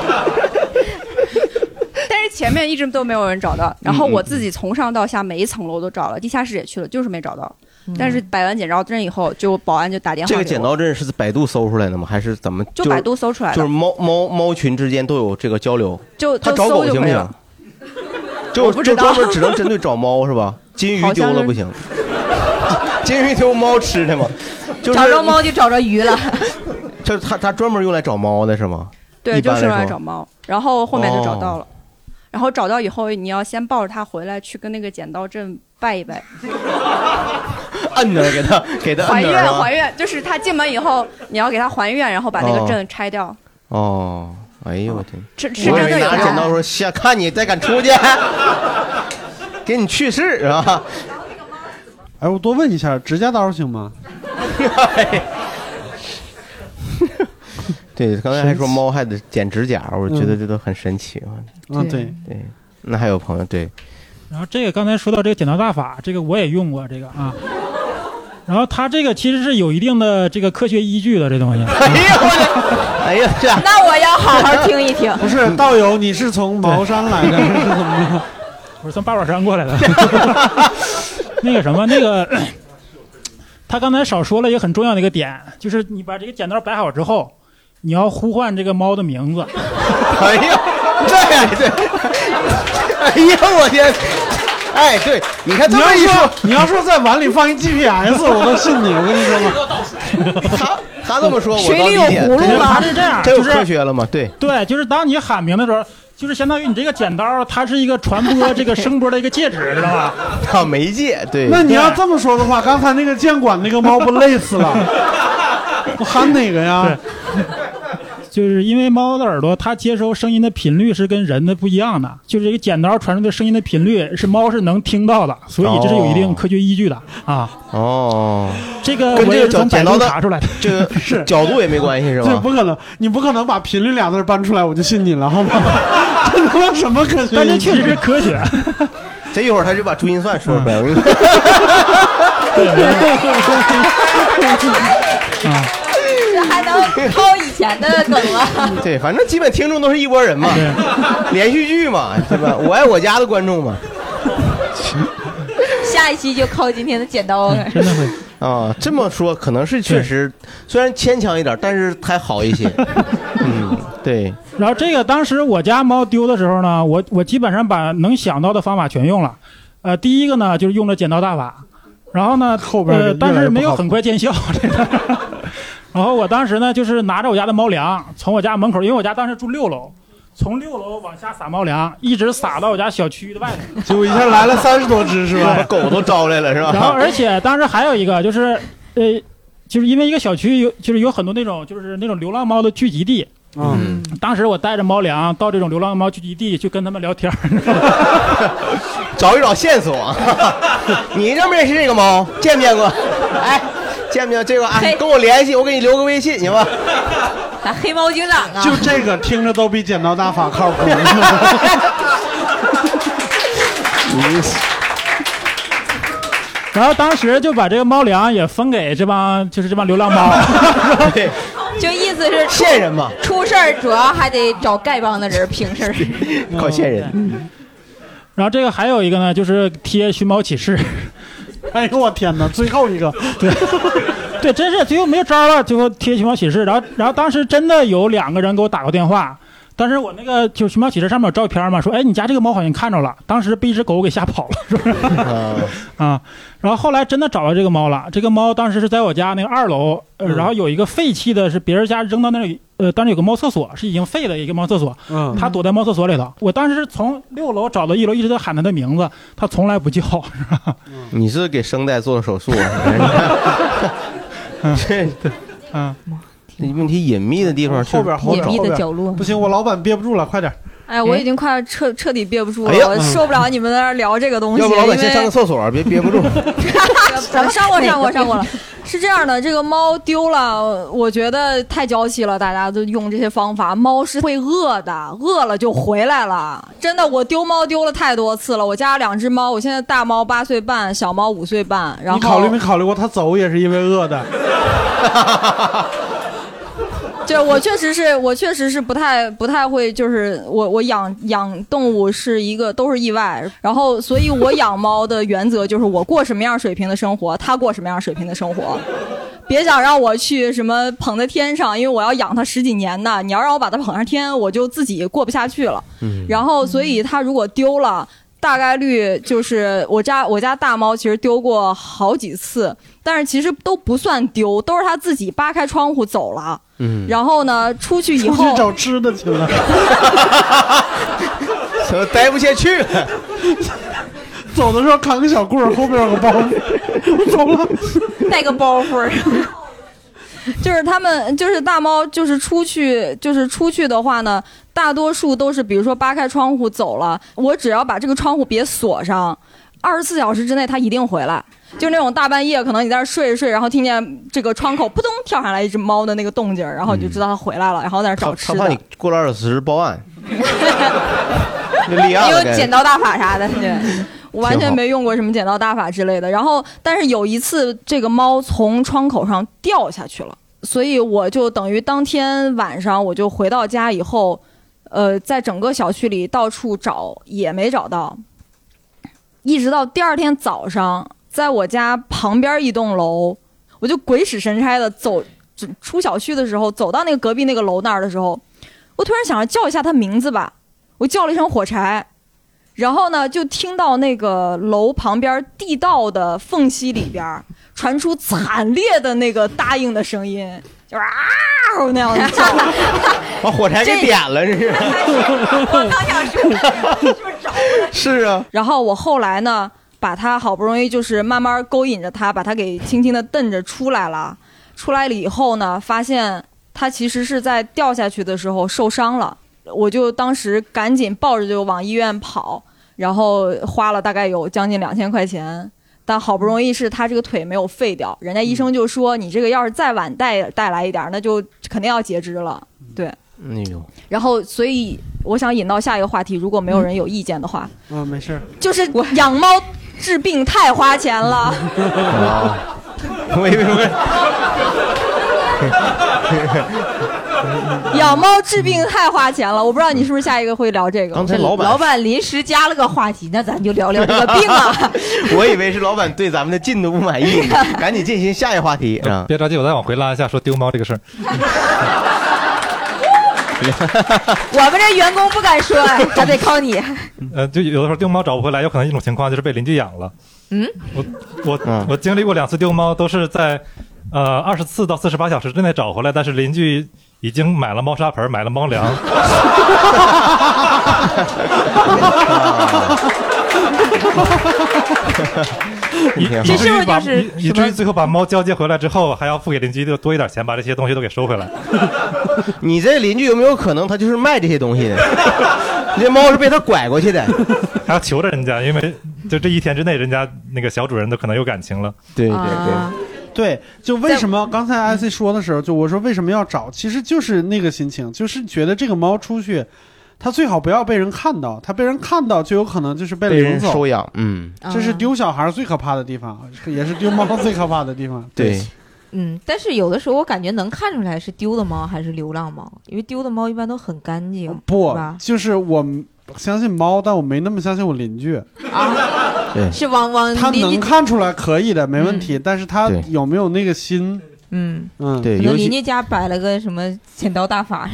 但是前面一直都没有人找到，然后我自己从上到下每一层楼都找了，地下室也去了，就是没找到。但是摆完剪刀阵以后，就保安就打电话。 这个剪刀阵是百度搜出来的吗？还是怎么？ 就百度搜出来的。 就是猫猫猫群之间都有这个交流。 就他找狗行不行？就就专门只能针对找猫是吧？金鱼丢了不行。金鱼丢猫吃的吗？就是找着猫就找着鱼了。 就是他他专门用来找猫的是吗？ 对，就是用来找猫。然后后面就找到了。哦，然后找到以后，你要先抱着它回来，去跟那个剪刀阵拜一拜， 摁着给它给它还愿还愿，就是他进门以后，你要给他还愿，然后把那个阵拆掉。 哦，哎呦我天！ 是是真的有。 拿剪刀说：“下看你再敢出去，给你去世是吧？” 哎，我多问一下，指甲刀行吗？ 对，刚才还说猫还得剪指甲，我觉得这都很神奇。 嗯，对对。那还有朋友对。 然后这个刚才说到这个剪刀大法，这个我也用过这个啊。然后它这个其实是有一定的这个科学依据的，这东西。 哎呀我的，哎呀这。 那我要好好听一听。 不是道友，你是从茅山来的，是怎么着？ 我是从八宝山过来的。那个什么，那个他刚才少说了一个很重要的一个点，就是你把这个剪刀摆好之后。你要呼唤这个猫的名字。 哎呀，对对，哎呀，我天！哎，对，你看这么一说， 你要说在碗里放一 G P S， 我都信你。我跟你说嘛，他他这么说，我水里有葫芦吗？ 他是这样， 这有科学了吗？对对，就是当你喊名的时候，就是相当于你这个剪刀，它是一个传播这个声波的一个介质，知道吧？ 啊，媒介。对。 那你要这么说的话，刚才那个监管那个猫不累死了？我喊哪个呀？ 就是因为猫的耳朵它接收声音的频率是跟人的不一样的，就是这个剪刀传出的声音的频率是猫是能听到的，所以这是有一定科学依据的啊。 哦， 这个我也是从百度查出来的， 这个是角度也没关系是吧？ 这不可能，你不可能把频率俩字搬出来我就信你了，好吗？这他妈什么科学？ 但这确实是科学。 这一会儿他就把珠心算说出来了。 啊。还能抄以前的梗了。 对，反正基本听众都是一拨人嘛，连续剧嘛，对吧？我爱我家的观众嘛。 下一期就靠今天的剪刀。 嗯、真的会啊，这么说可能是确实，虽然牵强一点，但是还好一些。嗯，对。 然后这个当时我家猫丢的时候呢，我我基本上把能想到的方法全用了。呃，第一个呢就是用了剪刀大法，然后呢后边呃，但是没有很快见效。这个然后我当时呢，就是拿着我家的猫粮，从我家门口，因为我家当时住六楼，从六楼往下撒猫粮，一直撒到我家小区的外头。 结果一下来了三十多只，是吧？ 把狗都招来了，是吧？ 然后，而且当时还有一个，就是呃，就是因为一个小区有，就是有很多那种，就是那种流浪猫的聚集地。 嗯， 当时我带着猫粮到这种流浪猫聚集地去跟他们聊天， 找一找线索。你认不认识这个猫？见没见过？哎。见没有这个啊？跟我联系，我给你留个微信，行吧？ 咱黑猫警长啊！ 就这个听着都比剪刀大法靠谱。 然后当时就把这个猫粮也分给这帮，就是这帮流浪猫。 对， 就意思是线人嘛， 出事儿主要还得找丐帮的人平事儿， 靠线人。 嗯。然后这个还有一个呢，就是贴寻猫启事。 哎呦我天哪！最后一个， 对，对，真是最后没招了，最后贴寻猫启事。然后，然后当时真的有两个人给我打过电话， 当时我那个就是寻猫启事上面有照片嘛，说哎你家这个猫好像看着了，当时被一只狗给吓跑了，是不是？啊，然后后来真的找到这个猫了。这个猫当时是在我家那个二楼，呃，然后有一个废弃的是别人家扔到那里，呃，当时有个猫厕所是已经废的一个猫厕所，嗯，它躲在猫厕所里头。我当时是从六楼找到一楼，一直在喊它的名字，它从来不叫，是吧？ 你是给声带做了手术？这对， 嗯。 问题隐秘的地方， 后边隐秘的角落， 不行，我老板憋不住了，快点！ 哎，我已经快彻彻底憋不住了，哎、我受不了你们在那聊这个东西。 要不老板先上个厕所，别憋不住。 咱们上过上过上过了。是这样的，这个猫丢了，我觉得太娇气了，大家都用这些方法。猫是会饿的，饿了就回来了。真的，我丢猫丢了太多次了。我家两只猫，我现在大猫八岁半，小猫五岁半。然后你考虑没考虑过，它走也是因为饿的？ 就我确实是我确实是不太不太会，就是我我养养动物是一个都是意外，然后所以我养猫的原则就是我过什么样水平的生活，它过什么样水平的生活，别想让我去什么捧在天上，因为我要养它十几年的，你要让我把它捧上天，我就自己过不下去了。嗯，然后所以它如果丢了，大概率就是我家我家大猫其实丢过好几次，但是其实都不算丢，都是它自己扒开窗户走了。嗯，然后呢，出去以后出去找吃的去了， 怎么待不下去了？ 走的时候扛个小棍儿，后边有个包袱，我走了， 带个包袱。 就是他们，就是大猫，就是出去，就是出去的话呢，大多数都是，比如说扒开窗户走了，我只要把这个窗户别锁上，二十四小时之内它一定回来。就那种大半夜，可能你在那睡着睡，然后听见这个窗口扑通跳上来一只猫的那个动静，然后你就知道它回来了，然后在那找吃的。 他怕你过了二十四时报案。 你有剪刀大法啥的？对。 我完全没用过什么剪刀大法之类的，然后但是有一次这个猫从窗口上掉下去了，所以我就等于当天晚上我就回到家以后，呃，在整个小区里到处找也没找到，一直到第二天早上，在我家旁边一栋楼，我就鬼使神差的走出小区的时候，走到那个隔壁那个楼那儿的时候，我突然想着叫一下它名字吧，我叫了一声火柴。然后呢，就听到那个楼旁边地道的缝隙里边传出惨烈的那个答应的声音，就是啊那样的叫， 把火柴给点了，这是。 我刚想说，是不是着了？ 是啊。 然后我后来呢，把它好不容易就是慢慢勾引着它，把它给轻轻的蹬着出来了。出来了以后呢，发现它其实是在掉下去的时候受伤了。我就当时赶紧抱着就往医院跑，然后花了大概有将近两千块钱，但好不容易是他这个腿没有废掉，人家医生就说你这个要是再晚带带来一点，那就肯定要截肢了。对， 哎呦， 然后所以我想引到下一个话题，如果没有人有意见的话， 嗯，没事， 就是养猫治病太花钱了。 我以为说。 养猫治病太花钱了，我不知道你是不是下一个会聊这个。 刚才老板老板临时加了个话题，那咱就聊聊这个病啊。 我以为是老板对咱们的进度不满意，赶紧进行下一话题啊！ 别着急，我再往回拉一下，说丢猫这个事儿。 我们这员工不敢说，还得靠你。 呃，就有的时候丢猫找不回来，有可能一种情况就是被邻居养了。 嗯， 我我、嗯、我经历过两次丢猫，都是在呃二十四到四十八小时之内找回来，但是邻居已经买了猫砂盆，买了猫粮。以这是不是就是以至于最后把猫交接回来之后，还要付给邻居多一点钱，把这些东西都给收回来。 你这邻居有没有可能他就是卖这些东西的？你这猫是被他拐过去的， 还要求着人家，因为就这一天之内，人家那个小主人都可能有感情了。 对对对。啊对，就为什么刚才艾 C 说的时候，就我说为什么要找，其实就是那个心情，就是觉得这个猫出去，它最好不要被人看到，它被人看到就有可能就是被领走收养。嗯， 这是丢小孩最可怕的地方，也是丢猫最可怕的地方。 对， 嗯，但是有的时候我感觉能看出来是丢的猫还是流浪猫，因为丢的猫一般都很干净。 不，就是我相信猫，但我没那么相信我邻居啊。是往往他能看出来可以的，没问题， 嗯、 但是他有没有那个心？ 嗯嗯，对， 可能尤其邻居家摆了个什么剪刀大法，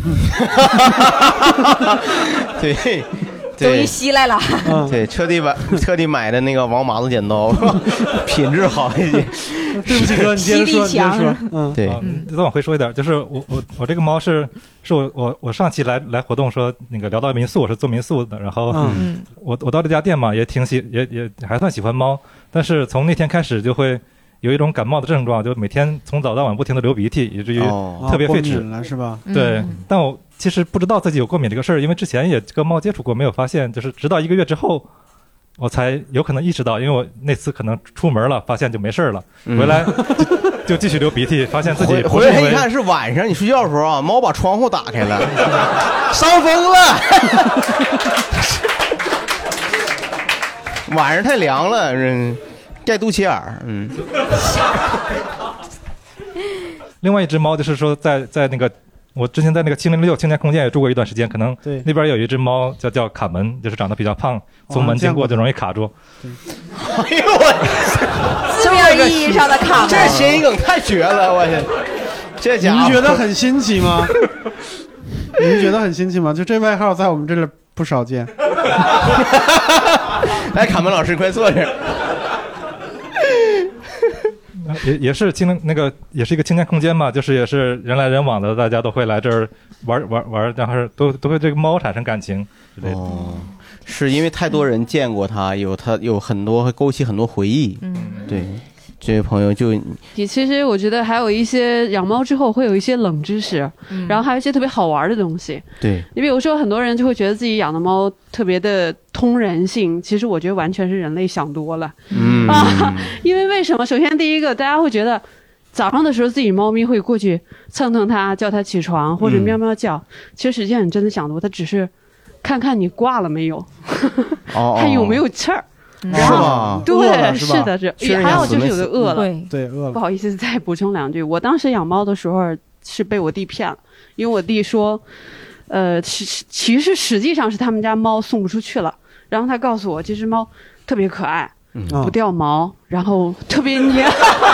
对。 终于吸来了， 对，特地买特地买的那个王麻子剪刀，品质好一些。 对不起哥，你接着说，你接着说。 嗯，对， 再往回说一点，就是我我我这个猫是是我我我上期来来活动说那个聊到民宿，我是做民宿的，然后嗯我我到这家店嘛，也挺喜也也还算喜欢猫，但是从那天开始就会有一种感冒的症状，就每天从早到晚不停的流鼻涕，以至于特别费纸了，是吧？ 对，但我其实不知道自己有过敏这个事儿，因为之前也跟猫接触过，没有发现，就是直到一个月之后，我才有可能意识到，因为我那次可能出门了，发现就没事了，回来就就继续流鼻涕，发现自己回来一看是晚上，你睡觉的时候啊，猫把窗户打开了，伤风了，晚上太凉了，盖肚脐眼儿，嗯。 另外一只猫就是说在，在在那个我之前在那个七零六青年空间也住过一段时间，可能那边有一只猫叫叫卡门，就是长得比较胖，从门经过就容易卡住。 哎呦我， 字面意义上的卡门， 这谐音梗太绝了，我去，这家伙， 您觉得很新奇吗？您觉得很新奇吗？就这外号在我们这里不少见。 来，卡门老师，快坐这儿。 也也是青那个也是一个青年空间嘛，就是也是人来人往的，大家都会来这儿玩玩玩，然后都都会对这个猫产生感情之类的。 哦，是因为太多人见过它，有它有很多会勾起很多回忆。 嗯， 对，这位朋友就其实我觉得还有一些养猫之后会有一些冷知识， 嗯、 然后还有一些特别好玩的东西。 对， 你比如说很多人就会觉得自己养的猫特别的通人性，其实我觉得完全是人类想多了。 嗯啊，因为为什么？首先第一个，大家会觉得早上的时候自己猫咪会过去蹭蹭它，叫它起床或者喵喵叫，嗯、其实实际上你真的想多，它只是看看你挂了没有， 哦、 还有没有气儿。 是吧？ 对，是的，是。还有就是有的饿了， 对对，饿了。 不好意思，再补充两句。我当时养猫的时候是被我弟骗了，因为我弟说，呃，其其实实际上是他们家猫送不出去了，然后他告诉我这只猫特别可爱， 嗯、 不掉毛，然后特别黏。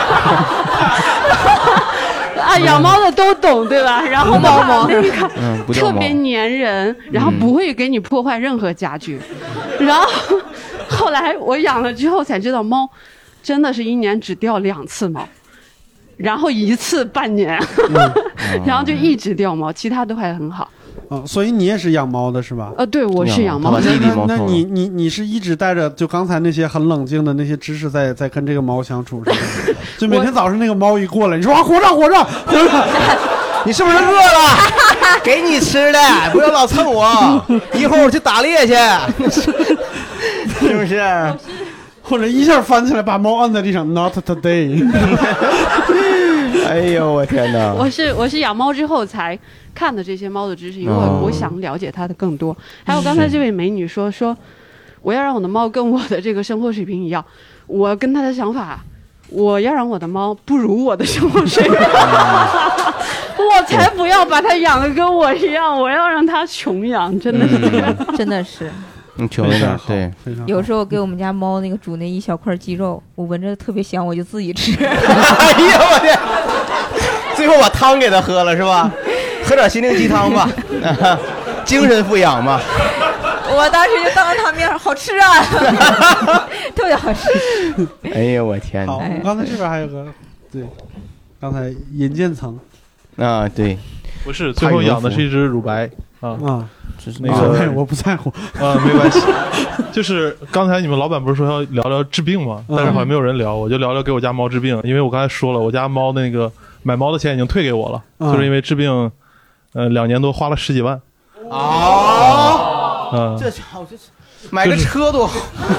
啊，养猫的都懂对吧？然后猫猫那个、 嗯、 特别粘人，然后不会给你破坏任何家具，嗯、然后。后来我养了之后才知道，猫真的是一年只掉两次毛，然后一次半年，嗯、然后就一直掉毛，其他都还很好。 哦，所以你也是养猫的是吧？ 呃，对，我是养猫的。 那那你你你是一直带着就刚才那些很冷静的那些知识在在跟这个猫相处是吧？就每天早上那个猫一过来，你说啊活着活着活着， 你是不是饿了？给你吃的，不要老蹭我，一会儿我去打猎去。是不是？ 或者一下翻起来把猫按在地上 ，Not today 。 哎呦我天哪！ 我是我是养猫之后才看的这些猫的知识，因为我、哦、我想了解它的更多。还有刚才这位美女说说，我要让我的猫跟我的这个生活水平一样，我跟她的想法，我要让我的猫不如我的生活水平。我才不要把它养的跟我一样，我要让它穷养，真的是这样， 嗯、真的是。 嗯，穷一点，对。 有时候给我们家猫那个煮那一小块鸡肉，我闻着特别香，我就自己吃。 哎呀，我天！最后把汤给它喝了是吧？喝点心灵鸡汤吧，啊、精神富养嘛。 我当时就当着他面，好吃啊，特别好吃。 哎呀，我天哪！ 好，我们刚才这边还有个，对，刚才尹建层。 啊，对。 不是，最后养的是一只乳白啊啊。 就是那个、 啊，我不在乎啊，没关系。就是刚才你们老板不是说要聊聊治病吗？但是好像没有人聊，我就聊聊给我家猫治病。因为我刚才说了，我家猫那个买猫的钱已经退给我了，嗯、就是因为治病，呃，两年多花了十几万。 哦， 嗯， 这家伙这买个车多好。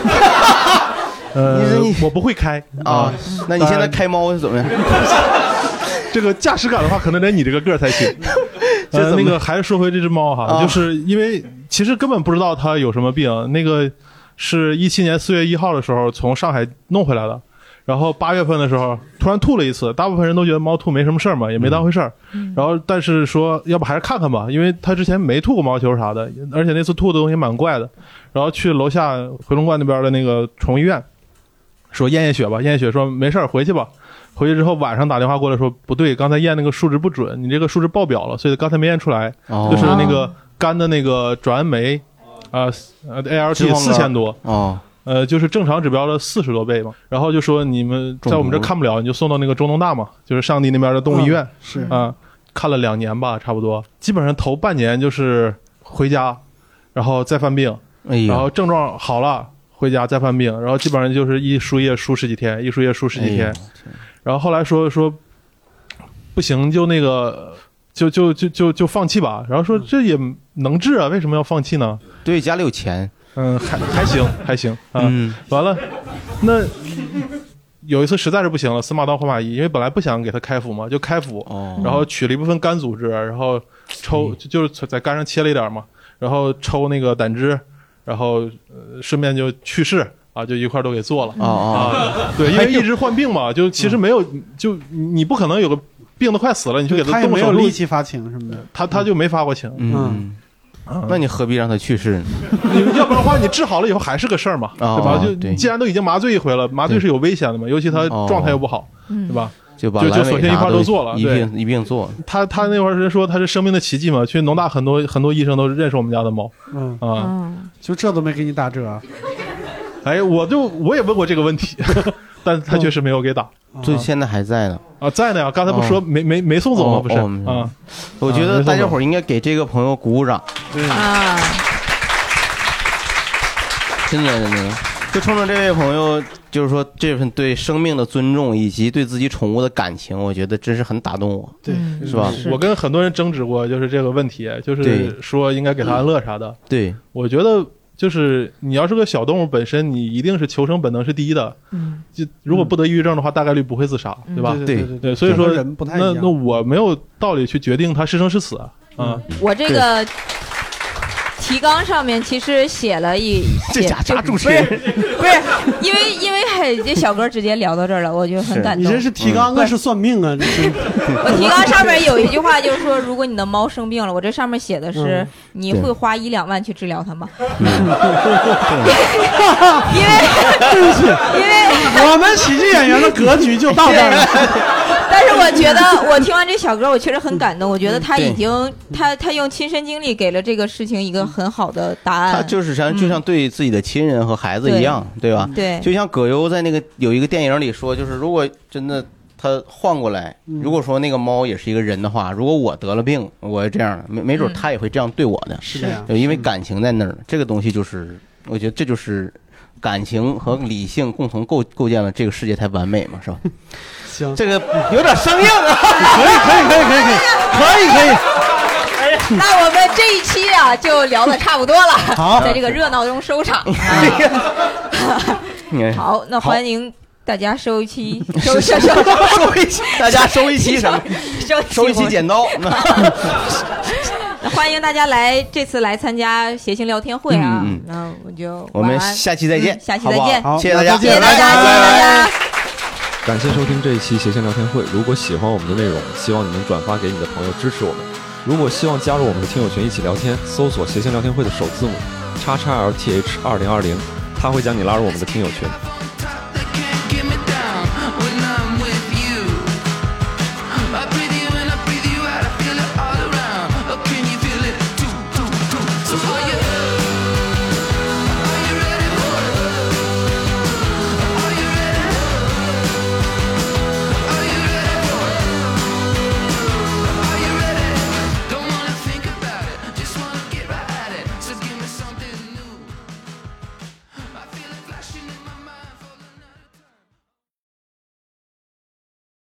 呃，我不会开啊。那你现在开猫是怎么样？ 这个驾驶感的话，可能连你这个个才行。呃，那个还是说回这只猫哈，啊、就是因为其实根本不知道它有什么病。那个是一七年四月一号的时候从上海弄回来的，然后八月份的时候突然吐了一次。大部分人都觉得猫吐没什么事儿嘛，也没当回事儿。嗯、然后但是说要不还是看看吧，因为它之前没吐过毛球啥的，而且那次吐的东西蛮怪的。然后去楼下回龙观那边的那个宠物医院，说验验血吧，验验血说没事儿回去吧。 回去之后晚上打电话过来说不对，刚才验那个数值不准，你这个数值爆表了，所以刚才没验出来， 哦、 就是那个肝的那个转氨酶啊呃 A L T 四千多哦。 呃，就是正常指标的四十多倍嘛，然后就说你们在我们这看不了，你就送到那个中东大嘛，就是上地那边的动物医院， 嗯、是啊、呃，看了两年吧，差不多，基本上头半年就是回家，然后再犯病， 哎、 然后症状好了回家再犯病，然后基本上就是一输液输十几天，一输液输十几天，哎、然后后来说说不行就那个就就就就就放弃吧，然后说这也能治啊，为什么要放弃呢？ 对，家里有钱。 嗯，还还行，还行啊。嗯，完了，那有一次实在是不行了，死马当活马医，因为本来不想给他开腹嘛，就开腹，哦、然后取了一部分肝组织，然后抽，嗯、就就是在肝上切了一点嘛，然后抽那个胆汁，然后呃顺便就去世啊，就一块都给做了。 哦、 啊，对，因为一直患病嘛，就其实没有，就你不可能有个病得快死了，你就给他动手术， 他也没有力气发情什么的， 他他就没发过情。 嗯。嗯那你何必让他去世呢？ 你要不然的话，你治好了以后还是个事儿嘛， 哦、 对吧？就既然都已经麻醉一回了，麻醉是有危险的嘛，尤其他状态又不好， 哦、 对吧？ 就把就就索性一块都做了， 一并一并做。 他他那会儿是说他是生命的奇迹嘛，去农大很多很多医生都认识我们家的猫， 嗯啊， 嗯、就这都没给你打折。 哎，我就我也问过这个问题，但他确实没有给打。 就现在还在呢啊，在呢呀！刚才不说没没没送走吗？不是啊， 我觉得大家伙应该给这个朋友鼓鼓掌。 对啊， 真的真的，就冲着这位朋友，就是说这份对生命的尊重以及对自己宠物的感情，我觉得真是很打动我。 对， 是吧？ 我跟很多人争执过，就是这个问题，就是说应该给他安乐啥的。 对， 我觉得。就是你要是个小动物本身，你一定是求生本能是第一的。 嗯， 就如果不得抑郁症的话，大概率不会自杀， 嗯、 对吧？ 对对对对，所以说人不太一样。 那那我没有道理去决定他是生是死啊。嗯、 我这个提纲上面其实写了一， 这假假主持人不是不是，因为因为这小哥直接聊到这儿了，我就很感动。 你这是提纲啊，是算命啊？这是。 我提纲上面有一句话，就是说，如果你的猫生病了，我这上面写的是，你会花一两万去治疗它吗？因为对不起， 因为我们喜剧演员的格局就到这儿了。 但是我觉得，我听完这小歌，我确实很感动。我觉得他已经，他他用亲身经历给了这个事情一个很好的答案。 他就是像就像对自己的亲人和孩子一样， 嗯、 对吧？ 对， 就像葛优在那个有一个电影里说，就是如果真的他换过来，如果说那个猫也是一个人的话，如果我得了病，我这样，没没准他也会这样对我的。 是这样， 因为感情在那儿，这个东西就是，我觉得这就是感情和理性共同构构建了这个世界才完美嘛，是吧？ 行， 这个有点生硬啊。 可以可以可以可以可以可以。 那我们这一期啊，就聊得差不多了。 好， 在这个热闹中收场。好，那欢迎大家收一期，收收收收一期，大家收一期什么？ 收收一期剪刀。 那欢迎大家来这次来参加谐星聊天会啊！ 嗯， 那我就我们下期再见， 下期再见， 谢谢大家， 谢谢大家，谢谢大家。 感谢收听这一期谐星聊天会。如果喜欢我们的内容，希望你能转发给你的朋友支持我们。如果希望加入我们的听友群一起聊天，搜索谐星聊天会的首字母叉叉 L T H 二零二零，他会将你拉入我们的听友群。